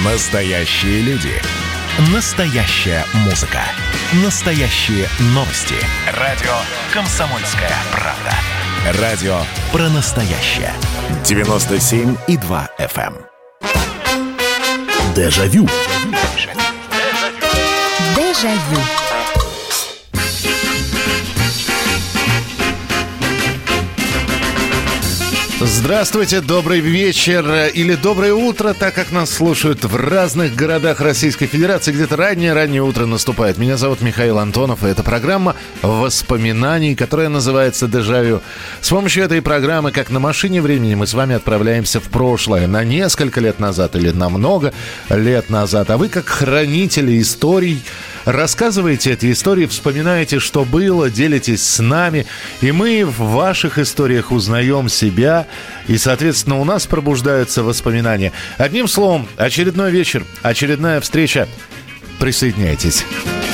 Настоящие люди. Настоящая музыка. Настоящие новости. Радио «Комсомольская правда». Радио про настоящее. 97,2 FM. Дежавю. Дежавю. Здравствуйте, добрый вечер или доброе утро, так как нас слушают в разных городах Российской Федерации. Где-то раннее утро наступает. Меня зовут Михаил Антонов, и это программа воспоминаний, которая называется «Дежавю». С помощью этой программы, как на машине времени, мы с вами отправляемся в прошлое на несколько лет назад или на много лет назад. А вы, как хранители историй, рассказываете эти истории, вспоминаете, что было, делитесь с нами, и мы в ваших историях узнаем себя, и, соответственно, у нас пробуждаются воспоминания. Одним словом, очередной вечер, очередная встреча. Присоединяйтесь.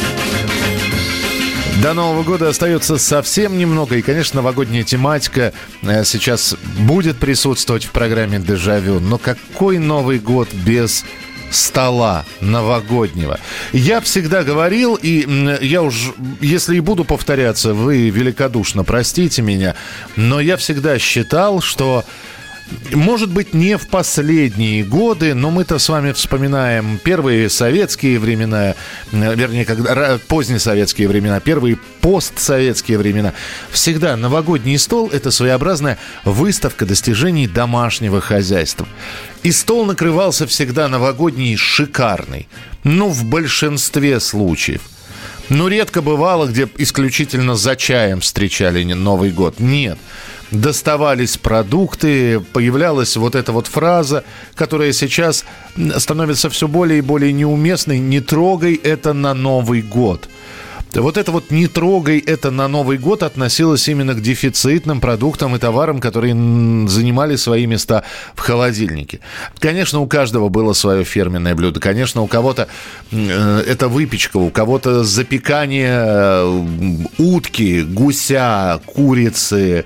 До Нового года остается совсем немного, и, конечно, новогодняя тематика сейчас будет присутствовать в программе «Дежавю». Но какой Новый год без стола новогоднего? Я всегда говорил, и я уж, если и буду повторяться, вы великодушно простите меня, но я всегда считал, что, может быть, не в последние годы, но мы-то с вами вспоминаем первые советские времена, вернее, поздние советские времена, первые постсоветские времена. Всегда новогодний стол – это своеобразная выставка достижений домашнего хозяйства. И стол накрывался всегда новогодний шикарный. Ну, в большинстве случаев. Ну, редко бывало, где исключительно за чаем встречали Новый год. Нет. Доставались продукты, появлялась вот эта вот фраза, которая сейчас становится все более и более неуместной. «Не трогай это на Новый год». Вот это вот «не трогай это на Новый год» относилось именно к дефицитным продуктам и товарам, которые занимали свои места в холодильнике. Конечно, у каждого было свое фирменное блюдо. Конечно, у кого-то это выпечка, у кого-то запекание утки, гуся, курицы,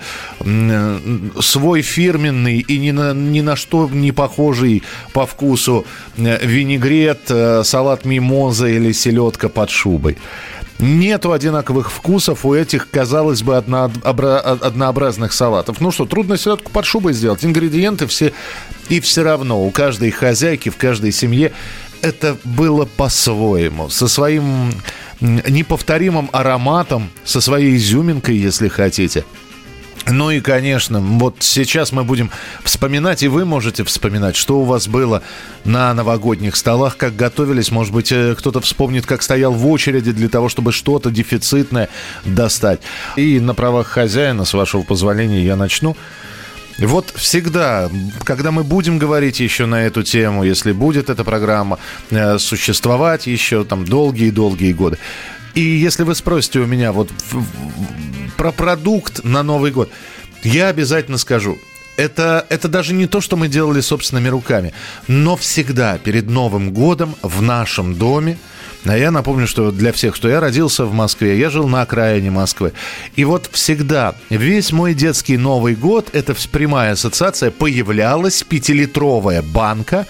свой фирменный и ни на что не похожий по вкусу винегрет, салат мимоза или селедка под шубой. Нету одинаковых вкусов у этих, казалось бы, однообразных салатов. Ну что, трудно селедку под шубой сделать. Ингредиенты все, и все равно у каждой хозяйки, в каждой семье это было по-своему. Со своим неповторимым ароматом, со своей изюминкой, если хотите. Ну и, конечно, вот сейчас мы будем вспоминать, и вы можете вспоминать, что у вас было на новогодних столах, как готовились. Может быть, кто-то вспомнит, как стоял в очереди для того, чтобы что-то дефицитное достать. И на правах хозяина, с вашего позволения, я начну. Вот всегда, когда мы будем говорить еще на эту тему, если будет эта программа существовать еще там долгие-долгие годы, и если вы спросите у меня вот про продукт на Новый год, я обязательно скажу. Это даже не то, что мы делали собственными руками, но всегда перед Новым годом в нашем доме, а я напомню, что для всех, что я родился в Москве, я жил на окраине Москвы, и вот всегда весь мой детский Новый год, это прямая ассоциация, появлялась 5-литровая банка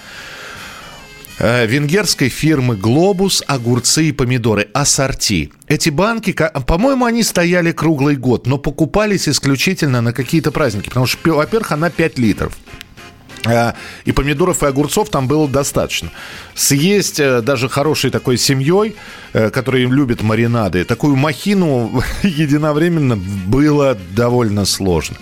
венгерской фирмы «Глобус», огурцы и помидоры, ассорти. Эти банки, по-моему, они стояли круглый год, но покупались исключительно на какие-то праздники, потому что, во-первых, она 5 литров. И помидоров, и огурцов там было достаточно. Съесть даже хорошей такой семьей, которая любит маринады, такую махину единовременно было довольно сложно.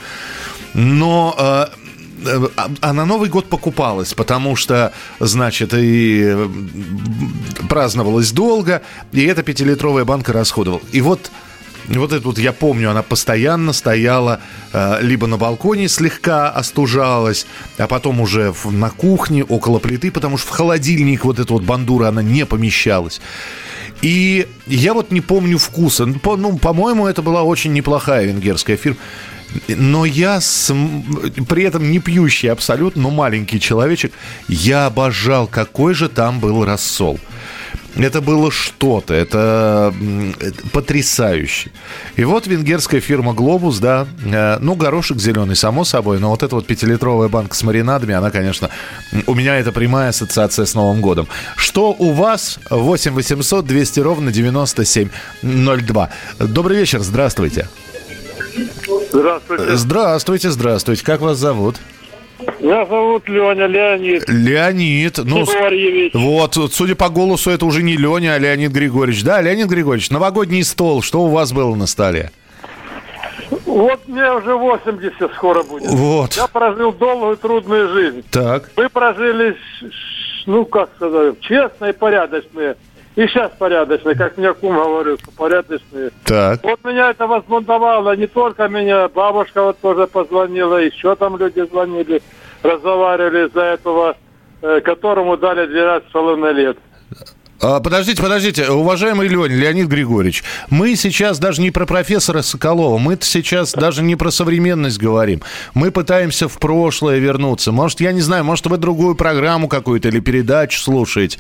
Но... А на Новый год покупалась, потому что, значит, и праздновалась долго, и эта 5-литровая банка расходовала. И вот эту вот, я помню, она постоянно стояла либо на балконе, слегка остужалась, а потом уже на кухне, около плиты, потому что в холодильник вот эта вот бандура, она не помещалась. И я вот не помню вкуса. По-моему, это была очень неплохая венгерская фирма. Но я, при этом не пьющий абсолютно, но маленький человечек, я обожал, какой же там был рассол. Это было что-то, это потрясающе. И вот венгерская фирма «Глобус», да, ну, горошек зеленый, само собой, но вот эта вот 5-литровая банка с маринадами, она, конечно, у меня это прямая ассоциация с Новым годом. Что у вас? 8 800 200 ровно 9702. Добрый вечер, здравствуйте. Здравствуйте. Здравствуйте. Как вас зовут? Меня зовут Леонид. Леонид. Ну, вот, судя по голосу, это уже не Леня, а Леонид Григорьевич. Да, Леонид Григорьевич, новогодний стол. Что у вас было на столе? Вот мне уже 80 скоро будет. Вот. Я прожил долгую трудную жизнь. Так. Вы прожили, ну, как сказать, честные, порядочные. И сейчас порядочные, как мне кум говорил, что порядочные. Так. Вот меня это возбунтовало, не только меня, бабушка вот тоже позвонила, еще там люди звонили, разговаривали из-за этого, которому дали 12,5 лет. Подождите, уважаемый Леонид Григорьевич, мы сейчас даже не про профессора Соколова, мы сейчас даже не про современность говорим. Мы пытаемся в прошлое вернуться. Может, я не знаю, может, вы другую программу какую-то или передачу слушаете.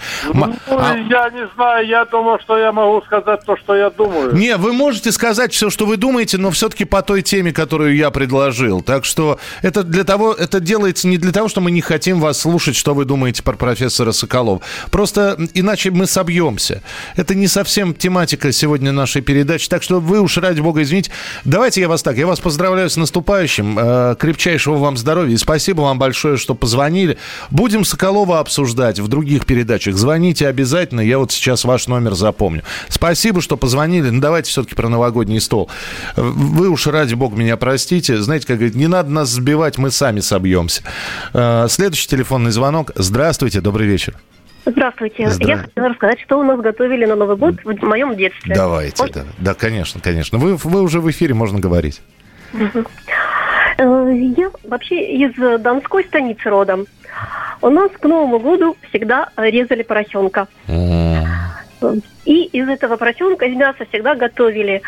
Я не знаю, я думаю, что я могу сказать то, что я думаю. Не, вы можете сказать все, что вы думаете, но все-таки по той теме, которую я предложил. Так что это делается не для того, что мы не хотим вас слушать, что вы думаете про профессора Соколова. Просто иначе мы собьемся. Это не совсем тематика сегодня нашей передачи. Так что вы уж, ради бога, извините. Давайте я вас поздравляю с наступающим. Крепчайшего вам здоровья. И спасибо вам большое, что позвонили. Будем Соколова обсуждать в других передачах. Звоните обязательно. Я вот сейчас ваш номер запомню. Спасибо, что позвонили. Ну, давайте все-таки про новогодний стол. Вы уж, ради бога, меня простите. Знаете, как говорит, не надо нас сбивать, мы сами собьемся. Следующий телефонный звонок. Здравствуйте, добрый вечер. Здравствуйте. Я хотела рассказать, что у нас готовили на Новый год в моем детстве. Давайте, да, конечно. Вы уже в эфире, можно говорить. Я вообще из Донской станицы родом. У нас к Новому году всегда резали поросенка. И из этого поросенка, из мяса всегда готовили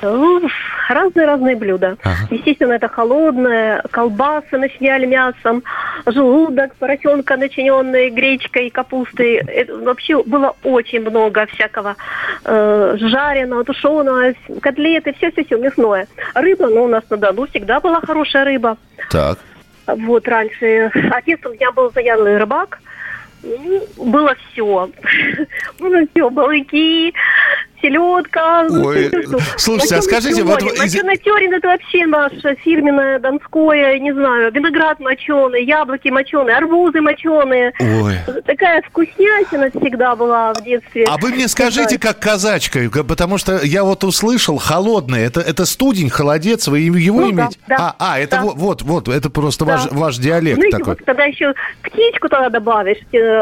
разные блюда. Ага. Естественно, это холодное, колбасы начиняли мясом, желудок поросенка, начиненный гречкой, капустой. Это вообще было очень много всякого жареного, тушеного, котлеты, все мясное. Рыба, у нас на Дону всегда была хорошая рыба. Так. Вот раньше отец у меня был заядлый рыбак. Было все. Балыки, селедка. Ой, слушайте, а скажите... Моченый это вообще наше фирменное донское, не знаю, виноград моченый, яблоки моченые, арбузы моченые. Ой. Такая вкуснятина всегда была в детстве. А вы мне скажите, как казачка, потому что я вот услышал холодное, это студень, холодец, вы его имеете? Да. Это вот, это просто ваш диалект. Знаете, такой. Вот когда еще птичку туда добавишь,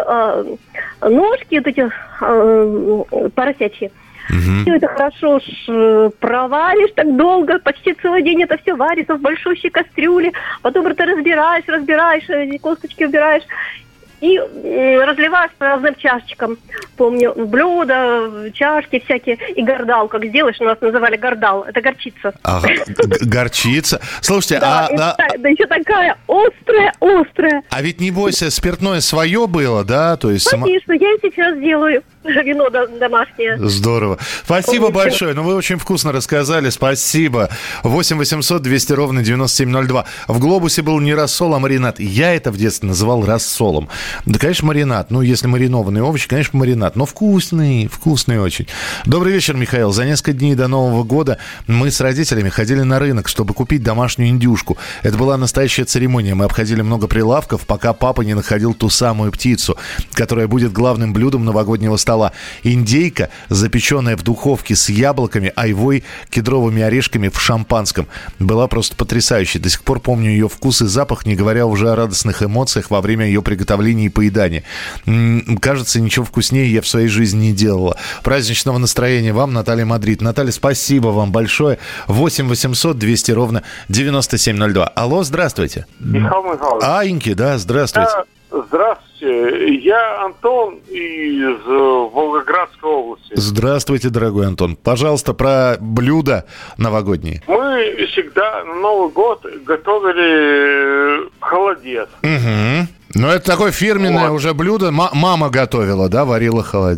ножки вот эти поросячьи. Все это хорошо проваришь так долго, почти целый день это все варится в большущей кастрюле, потом это разбираешь, косточки убираешь и разливаешь по разным чашечкам. Помню, блюда, чашки всякие, и гордал, как сделаешь, у нас называли гордал, это горчица. Ага, горчица. Слушайте, да, да еще такая острая. А ведь, небось, спиртное свое было, да? То есть конечно, я и сейчас делаю. Вино домашнее. Здорово. Спасибо большое. Вы очень вкусно рассказали. Спасибо. 8 800 200 ровно 9702. В «Глобусе» был не рассол, а маринад. Я это в детстве называл рассолом. Да, конечно, маринад. Если маринованные овощи, конечно, маринад. Но вкусный очень. Добрый вечер, Михаил. За несколько дней до Нового года мы с родителями ходили на рынок, чтобы купить домашнюю индюшку. Это была настоящая церемония. Мы обходили много прилавков, пока папа не находил ту самую птицу, которая будет главным блюдом новогоднего стола. Индейка, запеченная в духовке с яблоками, айвой, кедровыми орешками в шампанском. Была просто потрясающей. До сих пор помню ее вкус и запах, не говоря уже о радостных эмоциях во время ее приготовления и поедания. Кажется, ничего вкуснее я в своей жизни не делала. Праздничного настроения вам, Наталья Мадрид. Наталья, спасибо вам большое. 8 800 200 ровно 9702. Алло, здравствуйте. Михаил Михайлович. Аиньки, да, здравствуйте. Здравствуйте, я Антон из Волгоградской области. Здравствуйте, дорогой Антон. Пожалуйста, про блюда новогодние. Мы всегда на Новый год готовили холодец. Угу. Это такое фирменное уже блюдо. Мама готовила, да, варила холодец?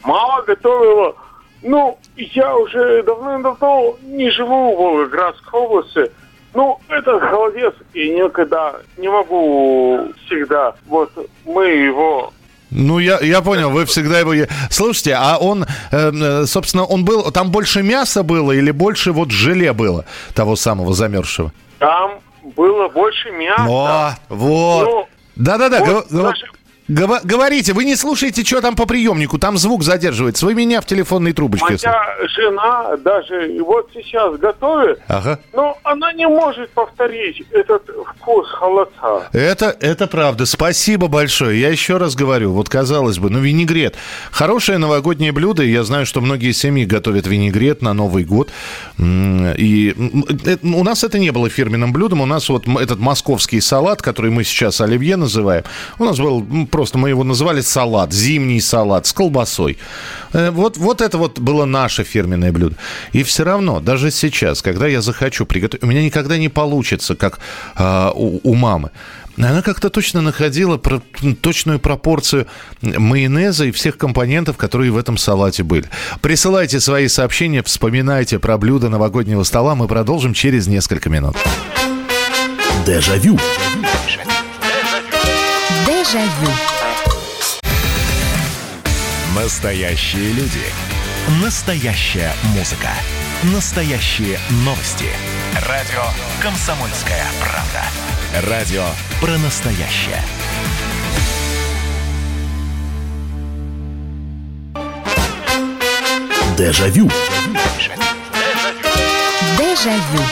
Мама готовила. Ну, я уже давным-давно не живу в Волгоградской области. Ну, этот холодец и никогда не могу всегда. Вот мы его... Ну, я понял, вы всегда его... Слушайте, а он, собственно, он был... Там больше мяса было или больше вот желе было того самого замерзшего? Там было больше мяса. О, вот. Ну, Да-да-да, вот даже... говорите, вы не слушаете, что там по приемнику, там звук задерживается. Вы меня в телефонной трубочке. Моя жена даже вот сейчас готовит, но она не может повторить этот вкус холодца. Это правда. Спасибо большое. Я еще раз говорю, вот казалось бы, винегрет. Хорошее новогоднее блюдо. Я знаю, что многие семьи готовят винегрет на Новый год. И у нас это не было фирменным блюдом. У нас вот этот московский салат, который мы сейчас оливье называем, у нас был просто, мы его называли салат, зимний салат с колбасой. Вот это вот было наше фирменное блюдо. И все равно, даже сейчас, когда я захочу приготовить, у меня никогда не получится, как у мамы. Она как-то точно находила точную пропорцию майонеза и всех компонентов, которые в этом салате были. Присылайте свои сообщения, вспоминайте про блюда новогоднего стола. Мы продолжим через несколько минут. Дежавю. Дежавю. Настоящие люди. Настоящая музыка. Настоящие новости. Радио «Комсомольская правда». Радио про настоящее. Дежавю. Дежавю.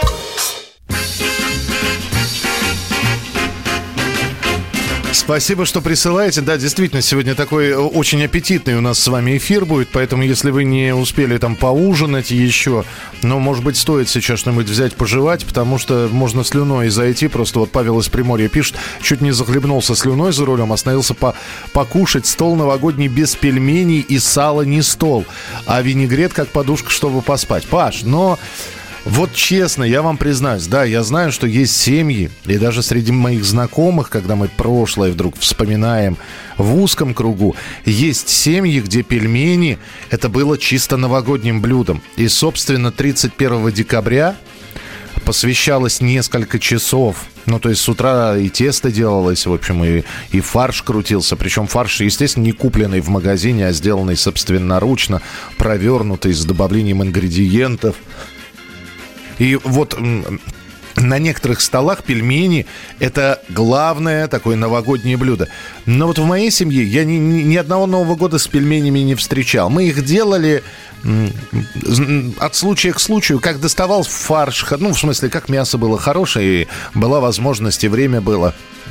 Спасибо, что присылаете. Да, действительно, сегодня такой очень аппетитный у нас с вами эфир будет, поэтому если вы не успели там поужинать еще, может быть, стоит сейчас что-нибудь взять, пожевать, потому что можно слюной зайти. Просто вот Павел из Приморья пишет, чуть не захлебнулся слюной за рулем, остановился покушать. Стол новогодний без пельменей и сала не стол, а винегрет как подушка, чтобы поспать. Паш, вот честно, я вам признаюсь, да, я знаю, что есть семьи, и даже среди моих знакомых, когда мы прошлое вдруг вспоминаем в узком кругу, есть семьи, где пельмени – это было чисто новогодним блюдом. И, собственно, 31 декабря посвящалось несколько часов. То есть с утра и тесто делалось, в общем, и фарш крутился. Причем фарш, естественно, не купленный в магазине, а сделанный собственноручно, провернутый с добавлением ингредиентов. И вот на некоторых столах пельмени – это главное такое новогоднее блюдо. Но вот в моей семье я ни одного Нового года с пельменями не встречал. Мы их делали от случая к случаю, как доставал фарш, в смысле, как мясо было хорошее, и была возможность, и время было.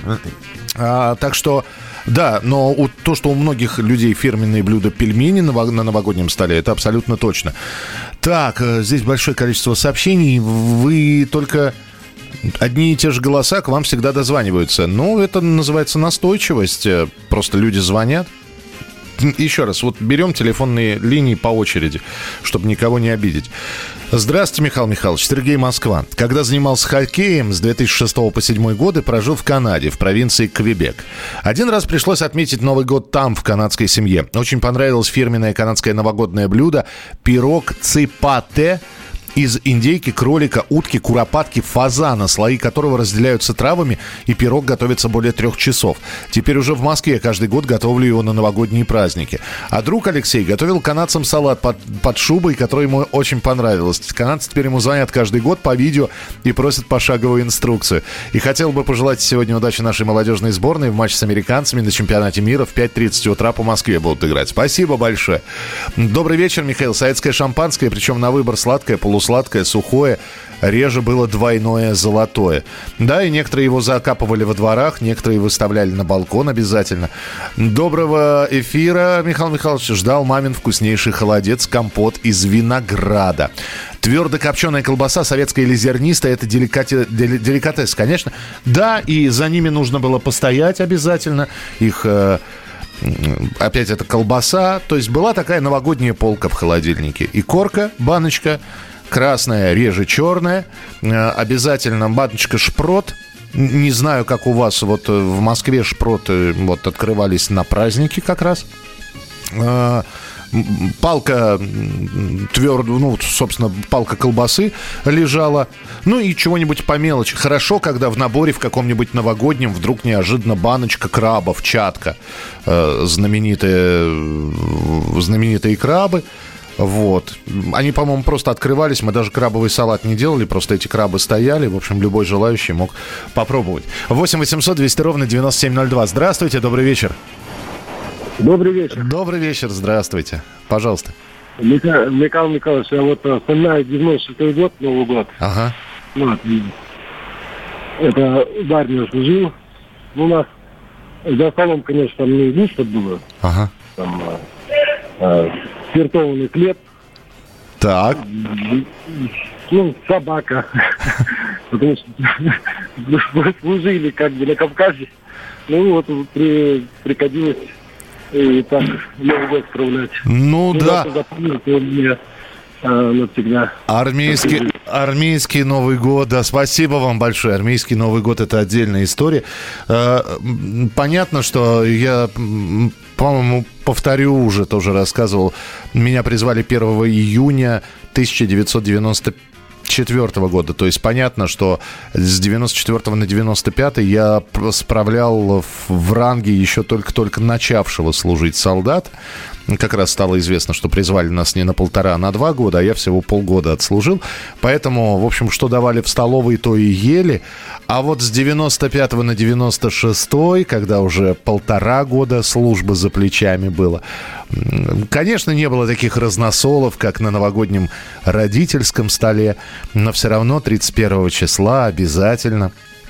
Так что... Да, но то, что у многих людей фирменные блюда пельмени на новогоднем столе, это абсолютно точно. Так, здесь большое количество сообщений. Вы только одни и те же голоса к вам всегда дозваниваются. Это называется настойчивость. Просто люди звонят. Еще раз, вот берем телефонные линии по очереди, чтобы никого не обидеть. Здравствуйте, Михаил Михайлович. Сергей, Москва. Когда занимался хоккеем с 2006 по 2007 годы, прожил в Канаде, в провинции Квебек. Один раз пришлось отметить Новый год там, в канадской семье. Очень понравилось фирменное канадское новогоднее блюдо пирог ципате из индейки, кролика, утки, куропатки, фазана, слои которого разделяются травами, и пирог готовится более 3 часов. Теперь уже в Москве каждый год готовлю его на новогодние праздники. А друг Алексей готовил канадцам салат под шубой, который ему очень понравилось. Канадцы теперь ему звонят каждый год по видео и просят пошаговую инструкцию. И хотел бы пожелать сегодня удачи нашей молодежной сборной в матче с американцами на чемпионате мира в 5:30 утра по Москве будут играть. Спасибо большое. Добрый вечер, Михаил. Советское шампанское, причем на выбор сладкое, полусладкое, сухое, реже было двойное золотое. Да, и некоторые его закапывали во дворах, некоторые выставляли на балкон обязательно. Доброго эфира, Михаил Михайлович. Ждал мамин вкуснейший холодец, компот из винограда. Твердокопченая колбаса, советская или зернистая, это деликатес, конечно. Да, и за ними нужно было постоять обязательно. Их... Опять это колбаса. То есть была такая новогодняя полка в холодильнике. И корка, баночка, красная, реже черная. Обязательно баночка шпрот. Не знаю, как у вас. Вот в Москве шпроты вот открывались на праздники как раз. палка твердая, ну, собственно, палка колбасы лежала, ну и чего-нибудь по мелочи. Хорошо, когда в наборе в каком-нибудь новогоднем вдруг неожиданно баночка крабов, чатка, знаменитые крабы. Вот. Они, по-моему, просто открывались. Мы даже крабовый салат не делали. Просто эти крабы стояли. В общем, любой желающий мог попробовать. 8 800 200 ровно 9702. Здравствуйте, добрый вечер. Добрый вечер. Добрый вечер, здравствуйте. Пожалуйста. Михаил Михайлович, я вот вспоминаю 96-й год, Новый год. Ага. Вот. Это в армии служил. У нас за столом, конечно, там не густо было. Ага. Там спиртованный хлеб. Так. Ну, собака. Потому что служили как бы на Кавказе. Ну вот приходилось и так Новый год справлять. Ну да. Мне навсегда. Армейский Новый год, да, спасибо вам большое. Армейский Новый год — это отдельная история. Понятно, что я, по-моему, повторю, уже тоже рассказывал. Меня призвали 1 июня 1994 года. То есть понятно, что с 94 на 95 я справлял в ранге еще только начавшего служить солдат. Как раз стало известно, что призвали нас не на 1,5, а на 2 года, а я всего полгода отслужил. Поэтому, в общем, что давали в столовой, то и ели. А вот с 95 на 96, когда уже 1,5 года службы за плечами было, конечно, не было таких разносолов, как на новогоднем родительском столе, но все равно 31 числа обязательно.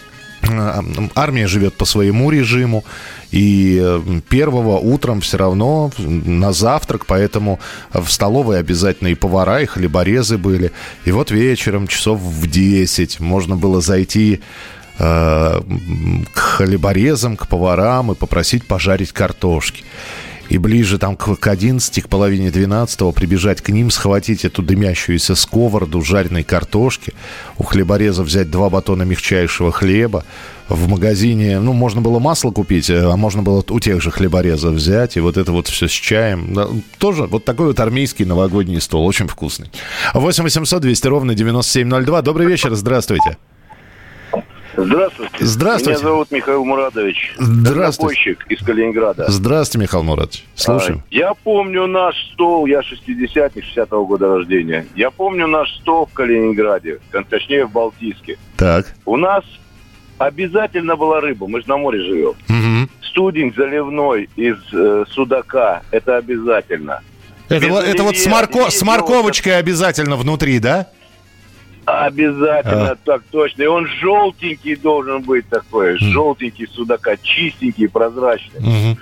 Армия живет по своему режиму, и 1-го утром все равно на завтрак, поэтому в столовой обязательно и повара, и хлеборезы были. И вот вечером часов в 10 можно было зайти к хлеборезам, к поварам и попросить пожарить картошки. И ближе там к 11, к половине 12 прибежать к ним, схватить эту дымящуюся сковороду жареной картошки, у хлебореза взять 2 батона мягчайшего хлеба. В магазине, ну, можно было масло купить, а можно было у тех же хлеборезов взять. И вот это вот все с чаем. Да, тоже вот такой вот армейский новогодний стол. Очень вкусный. 8 800 200 ровно 9702. Добрый вечер, здравствуйте. Здравствуйте. Здравствуйте. Меня зовут Михаил Мурадович. Здравствуйте. Из Калининграда. Здравствуйте, Михаил Мурадович. Слушаем. Я помню наш стол, я 60-ник, 60-го года рождения. Я помню наш стол в Калининграде, точнее в Балтийске. Так. У нас обязательно была рыба, мы же на море живем. Угу. Студень заливной из судака, это обязательно. Это вот с морковочкой обязательно внутри, да? Обязательно, так точно. И он желтенький должен быть такой. Желтенький судака, чистенький, прозрачный.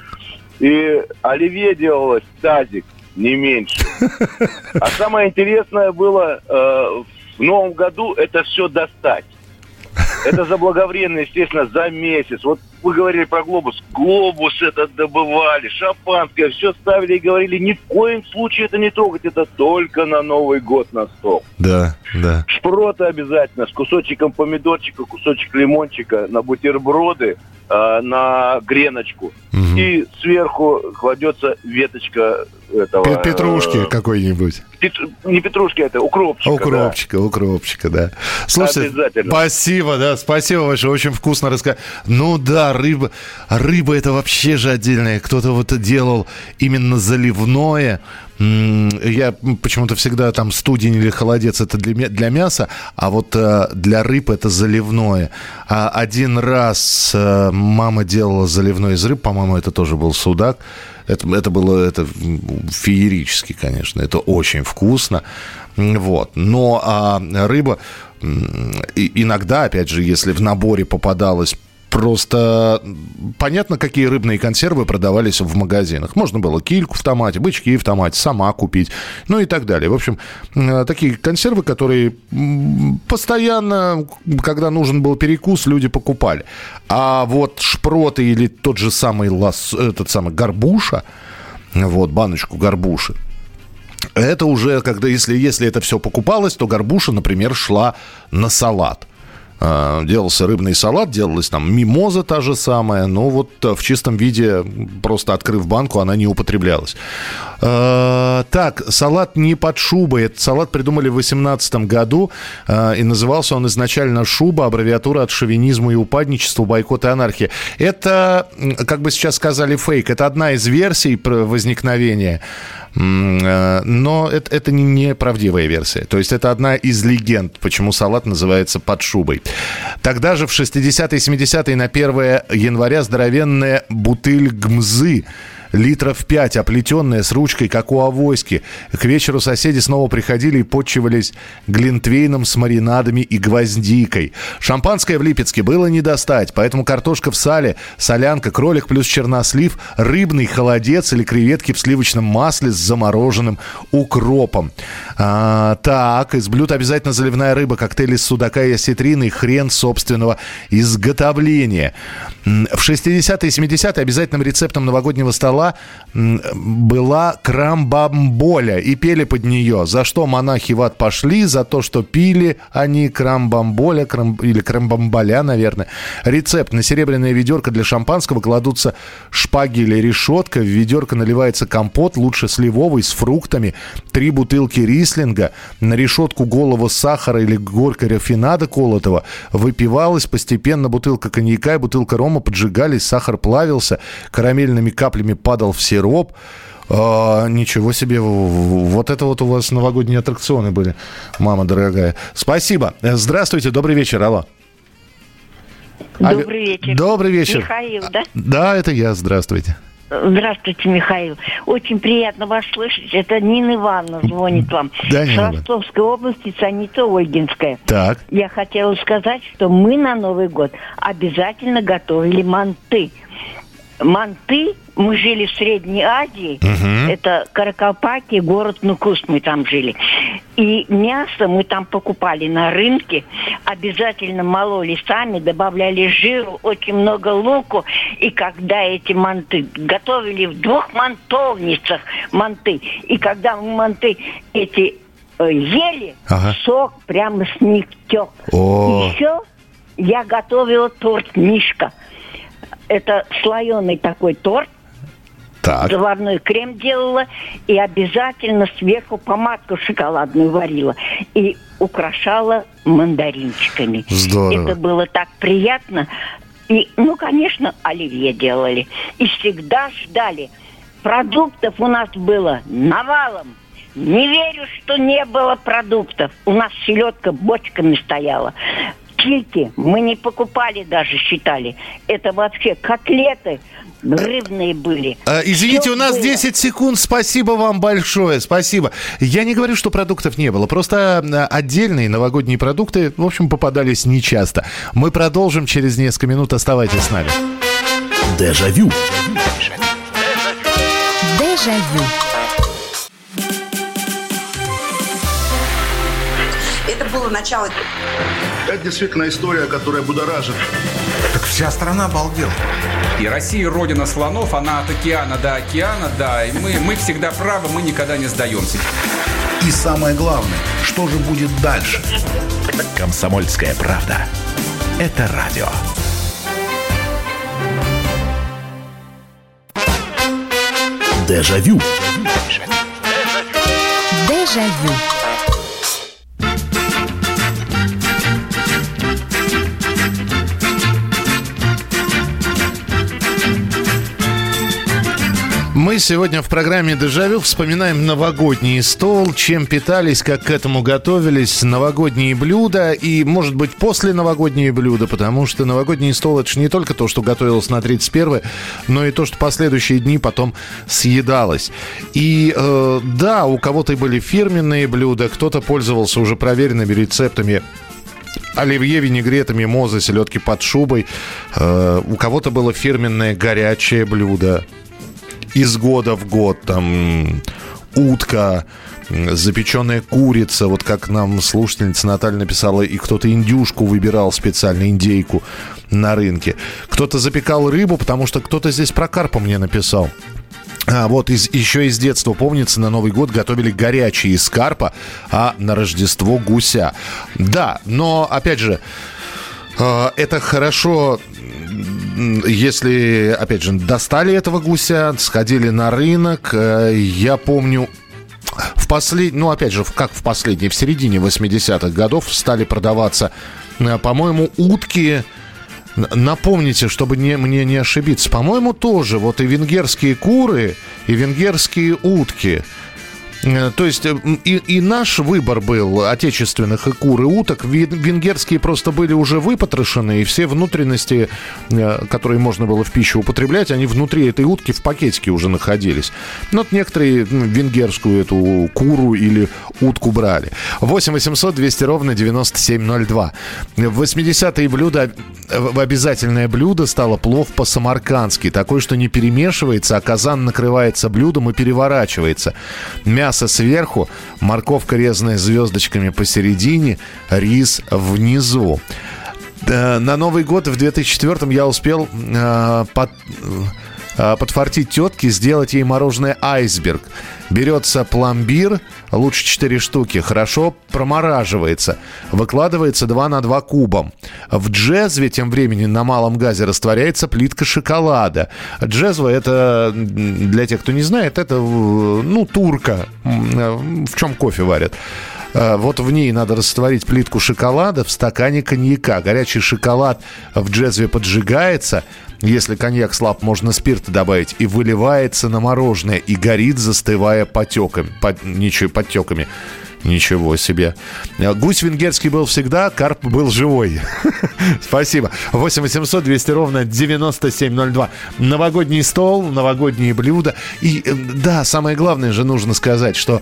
И оливье делалось тазик, не меньше. А самое интересное было в Новом году это все достать. Это заблаговременно, естественно, за месяц. Вот вы говорили про глобус. Глобус этот добывали, шампанское, все ставили и говорили, ни в коем случае это не трогать, это только на Новый год на стол. Да, да. Шпроты обязательно, с кусочком помидорчика, кусочек лимончика на бутерброды, на греночку. Угу. И сверху кладется веточка этого... Петрушки какой-нибудь. Не петрушки, это укропчика. Укропчика, да. Слушайте, спасибо, да, спасибо большое, очень вкусно рассказать. Ну да, рыба это вообще же отдельная. Кто-то вот делал именно заливное. Я почему-то всегда там студень или холодец это для мяса, а вот для рыб это заливное. Один раз мама делала заливной из рыб, по-моему, это тоже был судак. Это было феерически, конечно, это очень вкусно. Вот. Но рыба иногда, опять же, если в наборе попадалась, просто понятно, какие рыбные консервы продавались в магазинах. Можно было кильку в томате, бычки в томате, сама купить, ну и так далее. В общем, такие консервы, которые постоянно, когда нужен был перекус, люди покупали. А вот шпроты или тот же самый горбуша, вот, баночку горбуши, это уже, когда, если это все покупалось, то горбуша, например, шла на салат. Делался рыбный салат, делалась там мимоза та же самая, но вот в чистом виде, просто открыв банку, она не употреблялась. Так, салат не под шубой. Этот салат придумали в 2018 году, и назывался он изначально «Шуба», аббревиатура от шовинизму и упадничеству, бойкот и анархии. Это, как бы сейчас сказали, фейк. Это одна из версий возникновения, но это не правдивая версия. То есть это одна из легенд, почему салат называется «под шубой». Тогда же в 60-е и 70-е на 1 января здоровенная бутыль гмзы, литров 5, оплетенная с ручкой, как у авоськи. К вечеру соседи снова приходили и подчивались глинтвейном с маринадами и гвоздикой. Шампанское в Липецке было не достать, поэтому картошка в сале, солянка, кролик плюс чернослив, рыбный холодец или креветки в сливочном масле с замороженным укропом. Так, из блюд обязательно заливная рыба, коктейли из судака и осетрины, хрен собственного изготовления. В 60-е и 70-е обязательным рецептом новогоднего стола была крамбамболя, и пели под нее. За что монахи в ад пошли? За то, что пили они крамбамболя, или крамбамболя, наверное. Рецепт: на серебряное ведерко для шампанского кладутся шпаги или решетка, в ведерко наливается компот, лучше сливовый, с фруктами, 3 бутылки рислинга, на решетку голову сахара или горькой рафинада колотого, выпивалась постепенно бутылка коньяка и бутылка рома, поджигались, сахар плавился, карамельными каплями падал в сироп. Ничего себе, вот это вот у вас новогодние аттракционы были, мама дорогая. Спасибо. Здравствуйте, добрый вечер, алло. Добрый вечер. Добрый вечер. Михаил, да? Да, это я, здравствуйте. Здравствуйте, Михаил. Очень приятно вас слышать. Это Нина Ивановна звонит вам. Да, с Ростовской области, станица Ольгинская. Так. Я хотела сказать, что мы на Новый год обязательно готовили манты. Манты, мы жили в Средней Азии, это Каракалпакия, город Нукус, мы там жили. И мясо мы там покупали на рынке, обязательно мололи сами, добавляли жиру, очень много луку. И когда эти манты готовили в 2 мантовницах манты, и когда мы манты эти ели, сок прямо с них тек. Еще я готовила торт Мишка. Это слоеный такой торт. Так. Заварной крем делала. И обязательно сверху помадку шоколадную варила. И украшала мандаринчиками. Здорово. Это было так приятно. И, конечно, оливье делали. И всегда ждали. Продуктов у нас было навалом. Не верю, что не было продуктов. У нас селедка бочками стояла. Кильки мы не покупали даже, считали. Это вообще котлеты рыбные были. Извините, у нас 10 секунд. Спасибо вам большое. Спасибо. Я не говорю, что продуктов не было. Просто отдельные новогодние продукты, в общем, попадались нечасто. Мы продолжим через несколько минут. Оставайтесь с нами. Дежавю. Дежавю. Это было начало. Это действительно история, которая будоражит. Так вся страна обалдела. И Россия родина слонов, она от океана до океана, да. И мы всегда правы, мы никогда не сдаемся. И самое главное, что же будет дальше? «Комсомольская правда». Это радио. Дежавю. Дежавю. Мы сегодня в программе «Дежавю» вспоминаем новогодний стол, чем питались, как к этому готовились, новогодние блюда и, может быть, после новогодние блюда, потому что новогодний стол – это же не только то, что готовилось на 31-е, но и то, что последующие дни потом съедалось. И да, у кого-то были фирменные блюда, кто-то пользовался уже проверенными рецептами оливье, винегрета, мимоза, селедки под шубой. У кого-то было фирменное горячее блюдо. Из года в год, там, утка, запеченная курица, вот как нам слушательница Наталья написала, и кто-то индюшку выбирал специально, индейку на рынке. Кто-то запекал рыбу, потому что кто-то здесь про карпа мне написал. Вот еще из детства, помнится, на Новый год готовили горячие из карпа, а на Рождество гуся. Да, но, опять же, Это хорошо, если, опять же, достали этого гуся, сходили на рынок. Я помню, в середине 80-х годов стали продаваться, по-моему, утки. Напомните, чтобы мне не ошибиться. По-моему, тоже вот и венгерские куры, и венгерские утки. То есть и наш выбор был отечественных и кур, и уток. Венгерские просто были уже выпотрошены, и все внутренности, которые можно было в пищу употреблять, они внутри этой утки в пакетике уже находились. Но вот некоторые венгерскую эту куру или утку брали. 8 800 200 ровно 9702. В 80-е обязательное блюдо стало плов по-самаркандски. Такое, что не перемешивается, а казан накрывается блюдом и переворачивается. Мясо сверху, морковка, резаная звездочками посередине, рис внизу. На Новый год в 2004-м я успел подфартить тетке, сделать ей мороженое «Айсберг». Берется пломбир, лучше 4 штуки, хорошо промораживается, выкладывается 2 на 2 кубом. В джезве тем временем на малом газе растворяется плитка шоколада. Джезва — это, для тех, кто не знает, это, турка, в чем кофе варят. Вот в ней надо растворить плитку шоколада в стакане коньяка. Горячий шоколад в джезве поджигается. Если коньяк слаб, можно спирт добавить. И выливается на мороженое. И горит, застывая подтеками. Ничего себе. Гусь венгерский был всегда, карп был живой. Спасибо. 8 800 200 ровно 9702. Новогодний стол, новогодние блюда. И да, самое главное же нужно сказать, что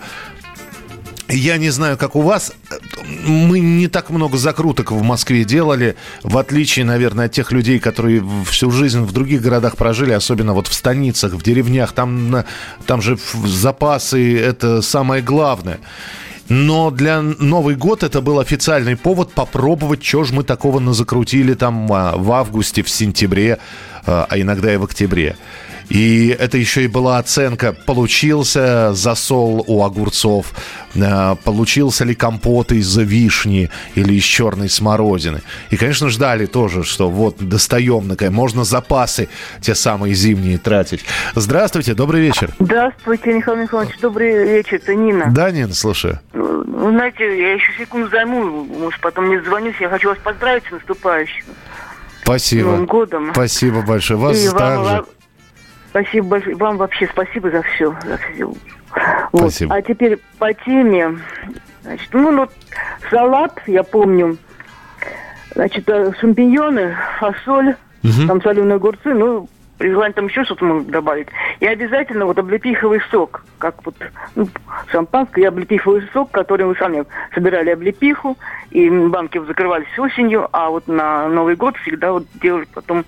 я не знаю, как у вас, мы не так много закруток в Москве делали, в отличие, наверное, от тех людей, которые всю жизнь в других городах прожили, особенно вот в станицах, в деревнях, там же запасы, это самое главное. Но для Новый год это был официальный повод попробовать, что же мы такого назакрутили там в августе, в сентябре, а иногда и в октябре. И это еще и была оценка, получился засол у огурцов, получился ли компот из вишни или из черной смородины. И, конечно, ждали тоже, что вот достаем, можно запасы те самые зимние тратить. Здравствуйте, добрый вечер. Здравствуйте, Михаил Михайлович, добрый вечер, это Нина. Да, Нина, слушаю. Вы знаете, я еще секунду займу, может, потом не дозвонюсь, я хочу вас поздравить с наступающим. Спасибо. Новым годом. Спасибо большое. Вас также. Спасибо большое. Вам вообще спасибо за все. Спасибо. Вот. А теперь по теме. Значит, салат, я помню. Значит, шампиньоны, фасоль, там соленые огурцы, при желании там еще что-то можно добавить. И обязательно облепиховый сок, как шампанское и облепиховый сок, который вы сами собирали облепиху, и банки закрывались осенью, а на Новый год всегда делали потом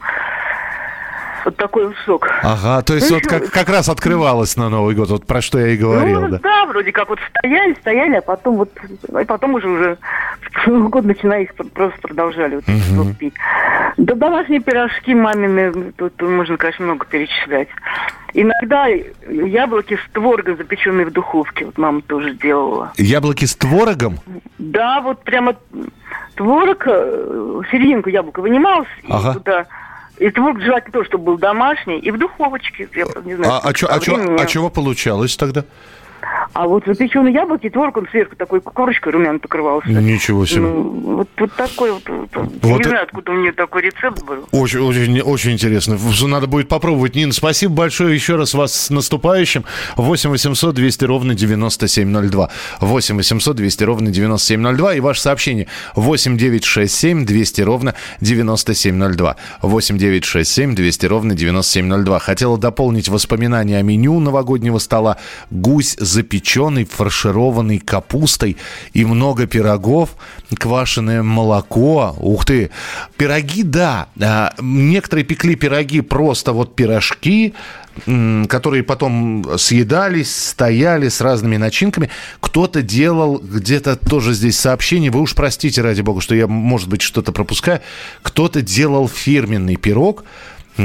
вот такой сок. Ага, то есть как раз открывалось на Новый год, вот про что я и говорил. Да, вроде как стояли, а потом уже в Новый год начиная их просто продолжали пить. Да, домашние пирожки мамины, тут можно, конечно, много перечислять. Иногда яблоки с творогом, запеченные в духовке, мама тоже делала. Яблоки с творогом? Да, прямо творог, серединку яблока вынималась, и туда... И творог желательно тоже, чтобы был домашний, и в духовочке. Я не знаю, чего получалось тогда? А запеченные яблоки, творог, он сверху такой корочкой румяной покрывался. Ничего себе. Вот такой не знаю, откуда у нее такой рецепт был. Очень интересно. Надо будет попробовать. Нина, спасибо большое еще раз вас с наступающим. 8 800 200 ровно 9702. 8 800 200 ровно 9702. И ваше сообщение 8 967 200 ровно 9702. 8 967 200 ровно 9702. Хотела дополнить воспоминания о меню новогоднего стола. Гусь запеченный, фаршированный капустой и много пирогов, квашеное молоко. Ух ты! Пироги, да. Некоторые пекли пироги, просто пирожки, которые потом съедались, стояли с разными начинками. Кто-то делал, где-то тоже здесь сообщение, вы уж простите, ради бога, что я, может быть, что-то пропускаю. Кто-то делал фирменный пирог,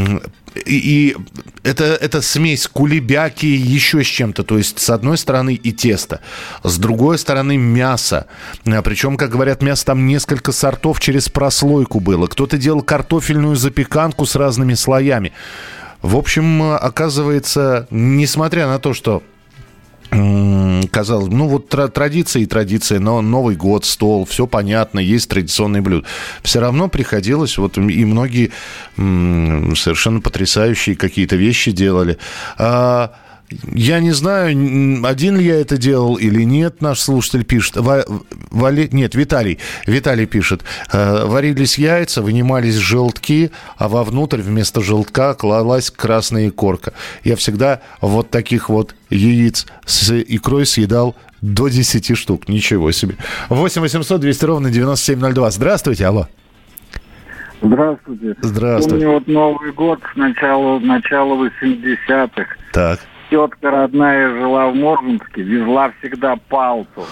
И это смесь кулебяки еще с чем-то. То есть, с одной стороны, и тесто. С другой стороны, мясо. Причем, как говорят, мясо там несколько сортов через прослойку было. Кто-то делал картофельную запеканку с разными слоями. В общем, оказывается, несмотря на то, что казалось, ну вот традиция и традиция, но Новый год, стол, все понятно, есть традиционные блюда. Все равно приходилось, вот и многие совершенно потрясающие какие-то вещи делали. Я не знаю, один ли я это делал или нет, наш слушатель пишет. Нет, Виталий пишет. Варились яйца, вынимались желтки, а вовнутрь вместо желтка клалась красная икорка. Я всегда вот таких вот яиц с икрой съедал до 10 штук. Ничего себе. 8 800 200 ровно 9702. Здравствуйте, алло. Здравствуйте. Здравствуйте. Помню, вот Новый год с начала 80-х. Так. Тетка родная жила в Мурманске, везла всегда палту.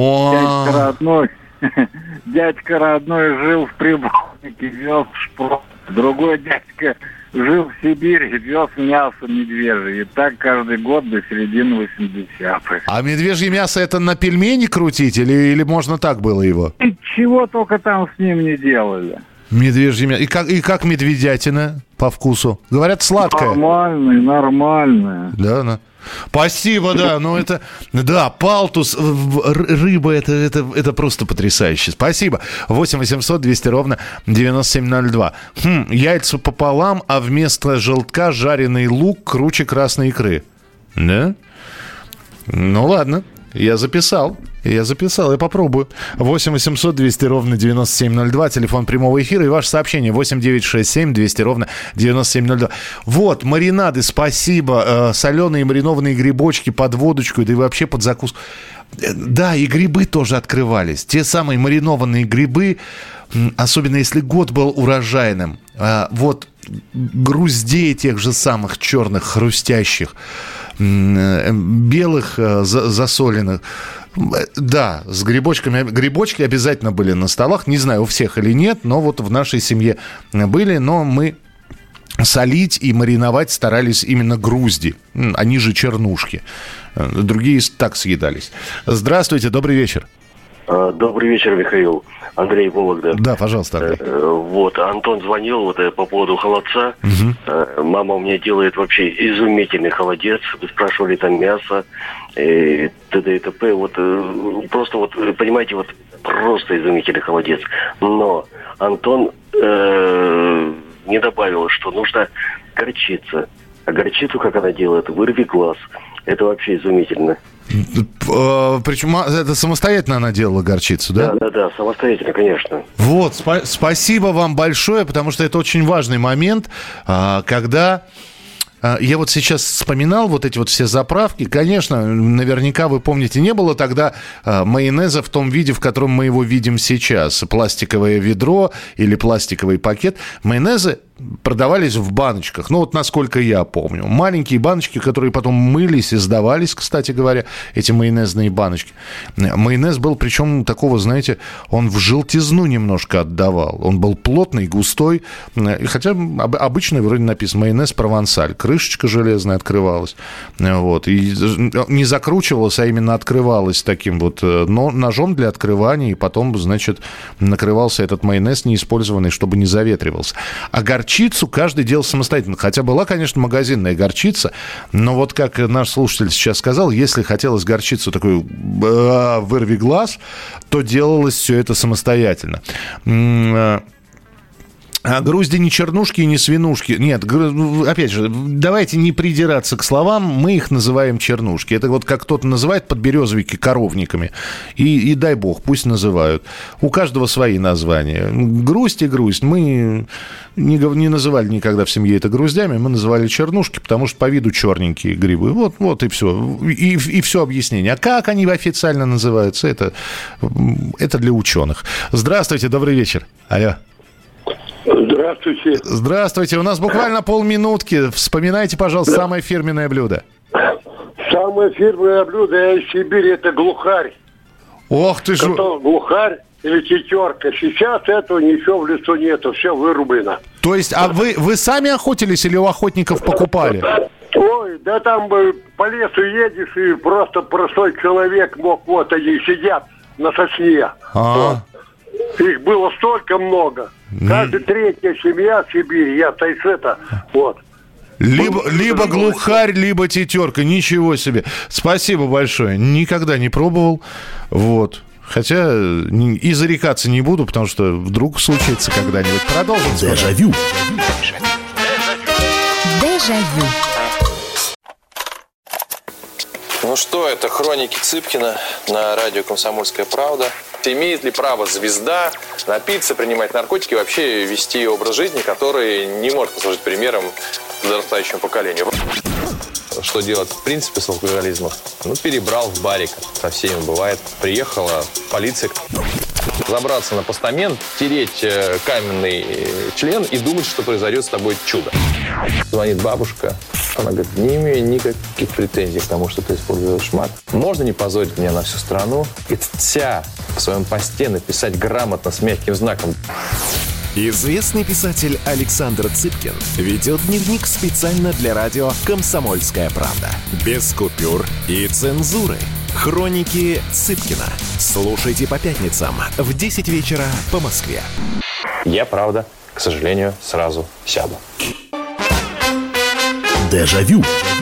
Дядька родной жил в Прибалтике, вез шпрот. Другой дядька жил в Сибири, вез мясо медвежье. И так каждый год до середины 80-х. А медвежье мясо это на пельмени крутить или можно так было его? И чего только там с ним не делали. Медвежье мясо. И как медведятина по вкусу? Говорят, сладкая. Нормальная. Да. Спасибо, да. Ну, это... Да, палтус, рыба, это просто потрясающе. Спасибо. 8 800 200 ровно 9702. Яйца пополам, а вместо желтка жареный лук круче красной икры. Да? Ну, ладно. Я записал, я попробую. 8 800 200 ровно 9702, телефон прямого эфира и ваше сообщение 8 967 200 ровно 9702. Вот, маринады, спасибо, соленые маринованные грибочки под водочку, да и вообще под закуску. Да, и грибы тоже открывались, те самые маринованные грибы, особенно если год был урожайным. Вот груздей тех же самых черных, хрустящих, белых, засоленных. Да, с грибочками. Грибочки обязательно были на столах. Не знаю, у всех или нет, но вот в нашей семье были. Но мы солить и мариновать старались именно грузди. Они же чернушки. Другие так съедались. Здравствуйте, добрый вечер. Добрый вечер, Михаил. Андрей, Вологда. Да, пожалуйста, Андрей. Вот, Антон звонил по поводу холодца. Угу. Мама у меня делает вообще изумительный холодец. Вы спрашивали там мясо, т.д. и т.п. Вот просто вот, понимаете, вот просто изумительный холодец. Но Антон не добавил, что нужно горчица. А горчицу, как она делает, вырви глаз. Это вообще изумительно. Причем это самостоятельно она делала горчицу, да? Да, самостоятельно, конечно. Вот, спасибо вам большое, потому что это очень важный момент, когда... Я вот сейчас вспоминал вот эти вот все заправки. Конечно, наверняка вы помните, не было тогда майонеза в том виде, в котором мы его видим сейчас. Пластиковое ведро или пластиковый пакет. Майонезы продавались в баночках. Ну, вот насколько я помню. Маленькие баночки, которые потом мылись и сдавались, кстати говоря, эти майонезные баночки. Майонез был, причем, такого, знаете, он в желтизну немножко отдавал. Он был плотный, густой. Хотя обычно вроде написано майонез провансаль. Крышечка железная открывалась. Вот. И не закручивалась, а именно открывалась таким вот ножом для открывания. И потом, значит, накрывался этот майонез неиспользованный, чтобы не заветривался. А горчицу каждый делал самостоятельно. Хотя была, конечно, магазинная горчица, но вот как наш слушатель сейчас сказал, если хотелось горчицу такую вырви глаз, то делалось все это самостоятельно. А грузди не чернушки и не свинушки. Нет, опять же, давайте не придираться к словам, мы их называем чернушки. Это вот как кто-то называет подберезовики коровниками. И дай бог, пусть называют. У каждого свои названия. Грусть и грусть. Мы не называли никогда в семье это груздями, мы называли чернушки, потому что по виду черненькие грибы. Вот и все. И все объяснение. А как они официально называются, это для ученых. Здравствуйте, добрый вечер. Алло. Здравствуйте. Здравствуйте. У нас буквально полминутки. Вспоминайте, пожалуйста, самое фирменное блюдо. Самое фирменное блюдо из Сибири — это глухарь. Ох ты ж... Глухарь или тетерка. Сейчас этого ничего в лесу нету, все вырублено. То есть, а вы сами охотились или у охотников покупали? Ой, да там по лесу едешь, и просто простой человек мог, вот они сидят на сосне. Вот. Их было столько много. Каждая третья семья в Сибири, я это, вот. Либо глухарь, либо тетерка. Ничего себе. Спасибо большое. Никогда не пробовал. Вот. Хотя и зарекаться не буду, потому что вдруг случится когда-нибудь. Продолжим. Дежавю. Дежавю. Ну что, это хроники Цыпкина на радио «Комсомольская правда». Имеет ли право звезда напиться, принимать наркотики и вообще вести образ жизни, который не может послужить примером подрастающему поколению? Что делать в принципе с алкоголизмом? Ну, перебрал в барик. Со всеми бывает. Приехала полиция. Забраться на постамент, тереть каменный член и думать, что произойдет с тобой чудо. Звонит бабушка. Она говорит, не имею никаких претензий к тому, что ты используешь мат. Можно не позорить меня на всю страну и вся в своем посте написать грамотно с мягким знаком. Известный писатель Александр Цыпкин ведет дневник специально для радио «Комсомольская правда». Без купюр и цензуры. Хроники Цыпкина. Слушайте по пятницам в 10 вечера по Москве. Я, правда, к сожалению, сразу сяду. Дежавю.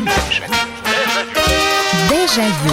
Дежавю.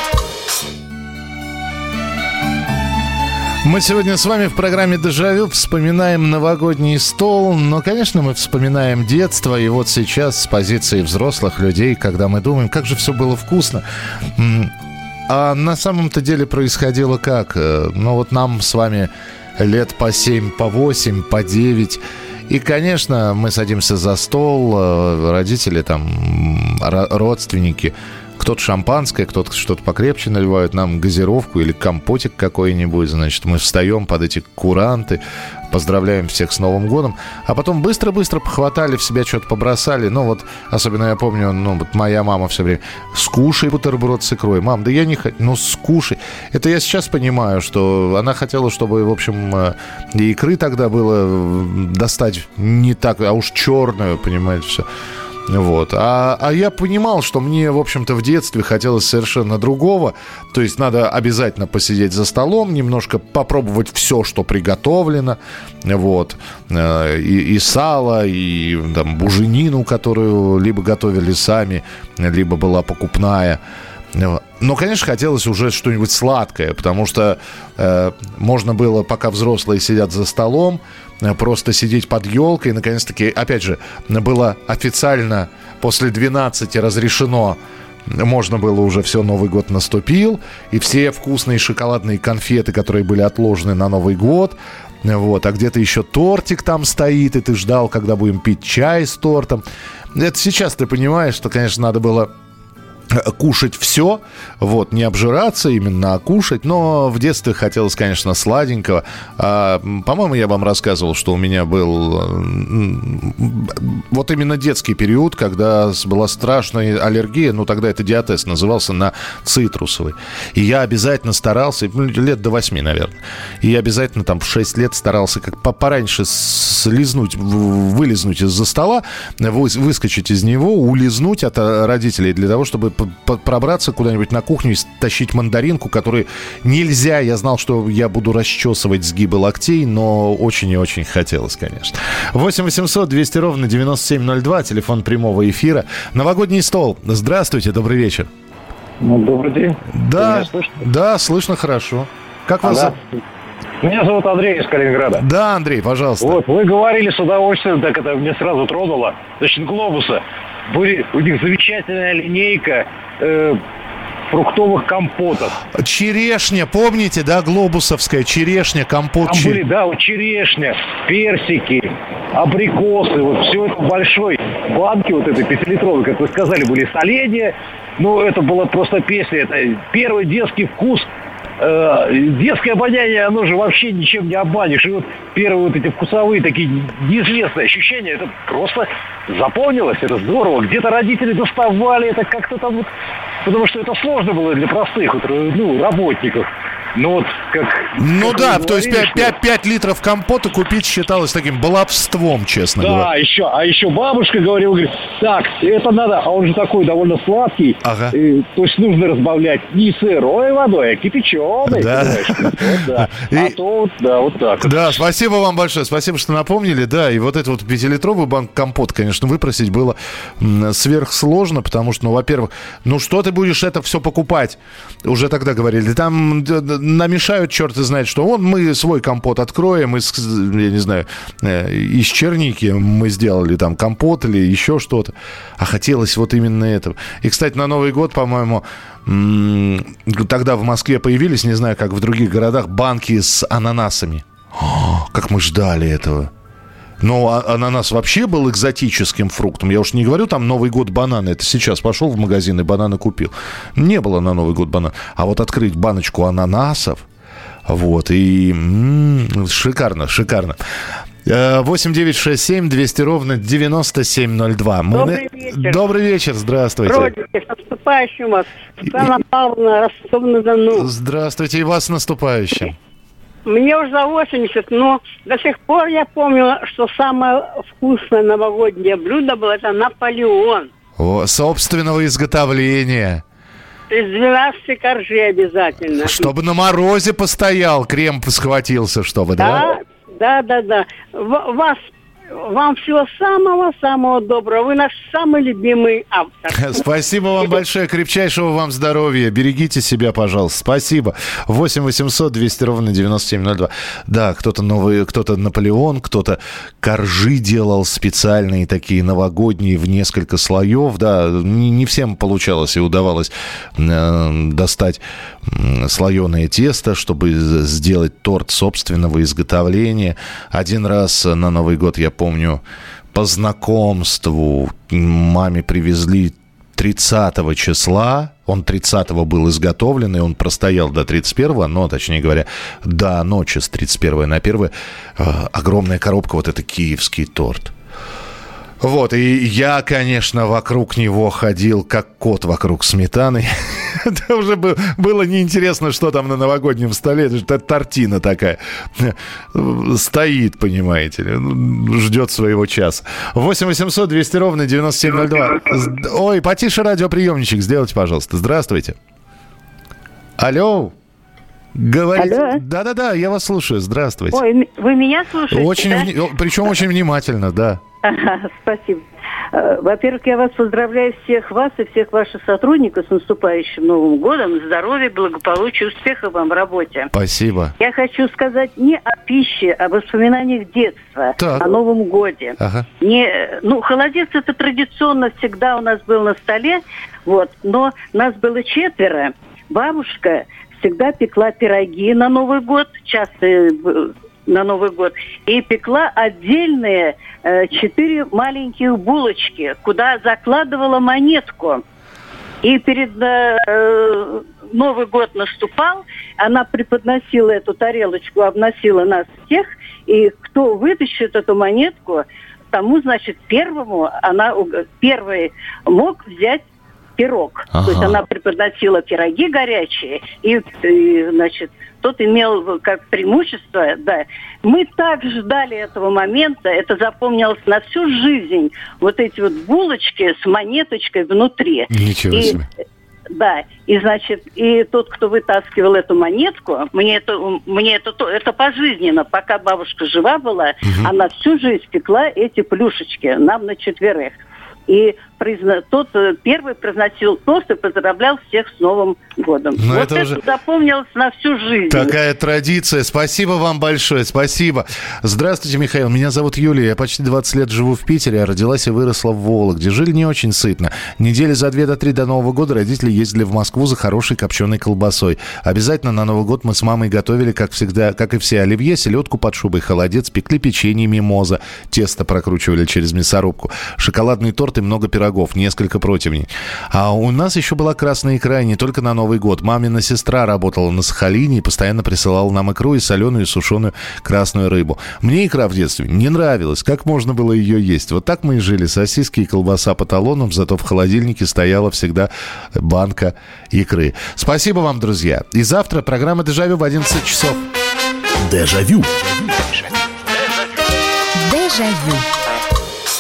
Мы сегодня с вами в программе «Дежавю» вспоминаем новогодний стол, но, конечно, мы вспоминаем детство, и вот сейчас с позиции взрослых людей, когда мы думаем, как же все было вкусно. А на самом-то деле происходило как? Ну вот нам с вами лет по 7, по 8, по 9. И, конечно, мы садимся за стол, родители, там, родственники. Кто-то шампанское, кто-то что-то покрепче наливают, нам газировку или компотик какой-нибудь. Значит, мы встаем под эти куранты, поздравляем всех с Новым годом. А потом быстро-быстро похватали, в себя что-то побросали. Ну вот, особенно я помню, вот моя мама все время: скушай бутерброд с икрой. Мам, да я не хочу, ну скушай. Это я сейчас понимаю, что она хотела, чтобы, в общем, и икры тогда было достать не так, а уж черную, понимаете, все. Вот. А я понимал, что мне, в общем-то, в детстве хотелось совершенно другого. То есть надо обязательно посидеть за столом, немножко попробовать все, что приготовлено. Вот. И сало, и там, буженину, которую либо готовили сами, либо была покупная. Но, конечно, хотелось уже что-нибудь сладкое, потому что можно было, пока взрослые сидят за столом, просто сидеть под елкой. Наконец-таки, опять же, было официально после 12 разрешено, можно было уже все, Новый год наступил, и все вкусные шоколадные конфеты, которые были отложены на Новый год. Вот, а где-то еще тортик там стоит, и ты ждал, когда будем пить чай с тортом. Это сейчас ты понимаешь, что, конечно, надо было кушать все, вот, не обжираться именно, а кушать. Но в детстве хотелось, конечно, сладенького. По-моему, я вам рассказывал, что у меня был вот именно детский период, когда была страшная аллергия, ну, тогда это диатез назывался, на цитрусовый. И я обязательно старался, лет до 8, наверное, и я обязательно там в 6 лет старался как пораньше вылизнуть из-за стола, выскочить из него, улизнуть от родителей для того, чтобы пробраться куда-нибудь на кухню и тащить мандаринку, которую нельзя. Я знал, что я буду расчесывать сгибы локтей, но очень и очень хотелось, конечно. 8 800 200 ровно 9702, телефон прямого эфира. Новогодний стол. Здравствуйте, добрый вечер. Добрый день. Да, слышно хорошо. Как вас зовут? Меня зовут Андрей из Калининграда. Да, Андрей, пожалуйста. Вот, вы говорили с удовольствием, так это меня сразу тронуло. Значит, глобуса. У них замечательная линейка фруктовых компотов. Черешня, помните, да, глобусовская черешня, компот. Там были, да, вот черешня, персики, абрикосы, вот все это в большой банке, вот этой 5-литровой, как вы сказали, были соленья. Ну, это была просто песня, это первый детский вкус. Детское обоняние, оно же вообще ничем не обманешь. И вот первые вот эти вкусовые такие неизвестные ощущения, это просто запомнилось, это здорово. Где-то родители доставали это как-то там вот, потому что это сложно было для простых вот, работников. Ну, вот как... Ну как да, вы то есть говорили, 5 литров компота купить считалось таким баловством, честно говоря. Да, еще бабушка говорила, говорит, так, это надо, а он же такой довольно сладкий, ага. То есть нужно разбавлять не сырой водой, а кипяченой. Да. Да. А то вот так. Да, спасибо вам большое, спасибо, что напомнили, да, и вот этот вот 5-литровый банк компота, конечно, выпросить было сверхсложно, потому что, ну, во-первых, ну что ты будешь это все покупать? Уже тогда говорили, там намешают, черт знает что. Вот мы свой компот откроем, я не знаю, из черники мы сделали там компот или еще что-то. А хотелось вот именно этого. И, кстати, на Новый год, по-моему, тогда в Москве появились, не знаю, как в других городах, банки с ананасами. Как мы ждали этого. Но ананас вообще был экзотическим фруктом. Я уж не говорю, там Новый год бананы. Это сейчас пошел в магазин и бананы купил. Не было на Новый год банан. А вот открыть баночку ананасов, вот, и шикарно, шикарно. 8 200 ровно 9702. Добрый вечер. Добрый вечер, здравствуйте. Родичи, с наступающим вас. Оксана Павловна, Ростов-на-Дону. Здравствуйте, и вас с наступающим. Мне уже за 80, но до сих пор я помню, что самое вкусное новогоднее блюдо было это Наполеон. Собственного изготовления. Из 12 коржей обязательно. Чтобы на морозе постоял, крем схватился, чтобы, да? Да. Вам всего самого-самого доброго. Вы наш самый любимый автор. Спасибо вам большое. Крепчайшего вам здоровья. Берегите себя, пожалуйста. Спасибо. 8 800 200 ровно 9702. Да, кто-то Наполеон, кто-то коржи делал специальные такие новогодние в несколько слоев. Да, не всем получалось и удавалось достать слоеное тесто, чтобы сделать торт собственного изготовления. Один раз на Новый год, я помню, по знакомству маме привезли 30 числа. Он 30-го был изготовлен, и он простоял до 31-го, но, точнее говоря, до ночи с 31 на 1 огромная коробка, вот это киевский торт. Вот, и я, конечно, вокруг него ходил, как кот вокруг сметаны. Это уже было неинтересно, что там на новогоднем столе. Это тортина такая. Стоит, понимаете ли, ждет своего часа. 8 800 200 ровно 9702. Ой, потише радиоприемничек сделайте, пожалуйста. Здравствуйте. Алло. Говорите. Алло. Да, я вас слушаю. Здравствуйте. Ой, вы меня слушаете, да? Причем очень внимательно, да. Ага, спасибо. Во-первых, я вас поздравляю, всех вас и всех ваших сотрудников с наступающим Новым годом. Здоровья, благополучия, успехов вам в работе. Спасибо. Я хочу сказать не о пище, а о воспоминаниях детства, так. О Новом годе. Ага. Холодец это традиционно всегда у нас был на столе, вот, но нас было 4. Бабушка всегда пекла пироги на Новый год, часто на Новый год, и пекла отдельные 4 маленьких булочки, куда закладывала монетку. И перед Новый год наступал, она преподносила эту тарелочку, обносила нас всех, и кто вытащит эту монетку, тому, значит, первый мог взять пирог. Ага. То есть она преподносила пироги горячие, и значит, тот имел как преимущество, да. Мы так ждали этого момента, это запомнилось на всю жизнь. Вот эти вот булочки с монеточкой внутри. Ничего себе. Да, и значит, и тот, кто вытаскивал эту монетку, мне это пожизненно, пока бабушка жива была, она всю жизнь пекла эти плюшечки нам на 4. И тот первый произносил тост и поздравлял всех с Новым годом. Но вот это уже запомнилось на всю жизнь. Такая традиция. Спасибо вам большое. Спасибо. Здравствуйте, Михаил. Меня зовут Юлия. Я почти 20 лет живу в Питере, а родилась и выросла в Вологде. Жили не очень сытно. Недели за 2-3 до Нового года родители ездили в Москву за хорошей копченой колбасой. Обязательно на Новый год мы с мамой готовили, как всегда, как и все, оливье, селедку под шубой, холодец, пекли печенье мимоза, тесто прокручивали через мясорубку, шоколадный торт и много пирогов пирогов, несколько противней. А у нас еще была красная икра, не только на Новый год. Мамина сестра работала на Сахалине и постоянно присылала нам икру и соленую, и сушеную красную рыбу. Мне икра в детстве не нравилась. Как можно было ее есть? Вот так мы и жили. Сосиски и колбаса по талонам, зато в холодильнике стояла всегда банка икры. Спасибо вам, друзья. И завтра программа «Дежавю» в 11 часов. Дежавю. Дежавю.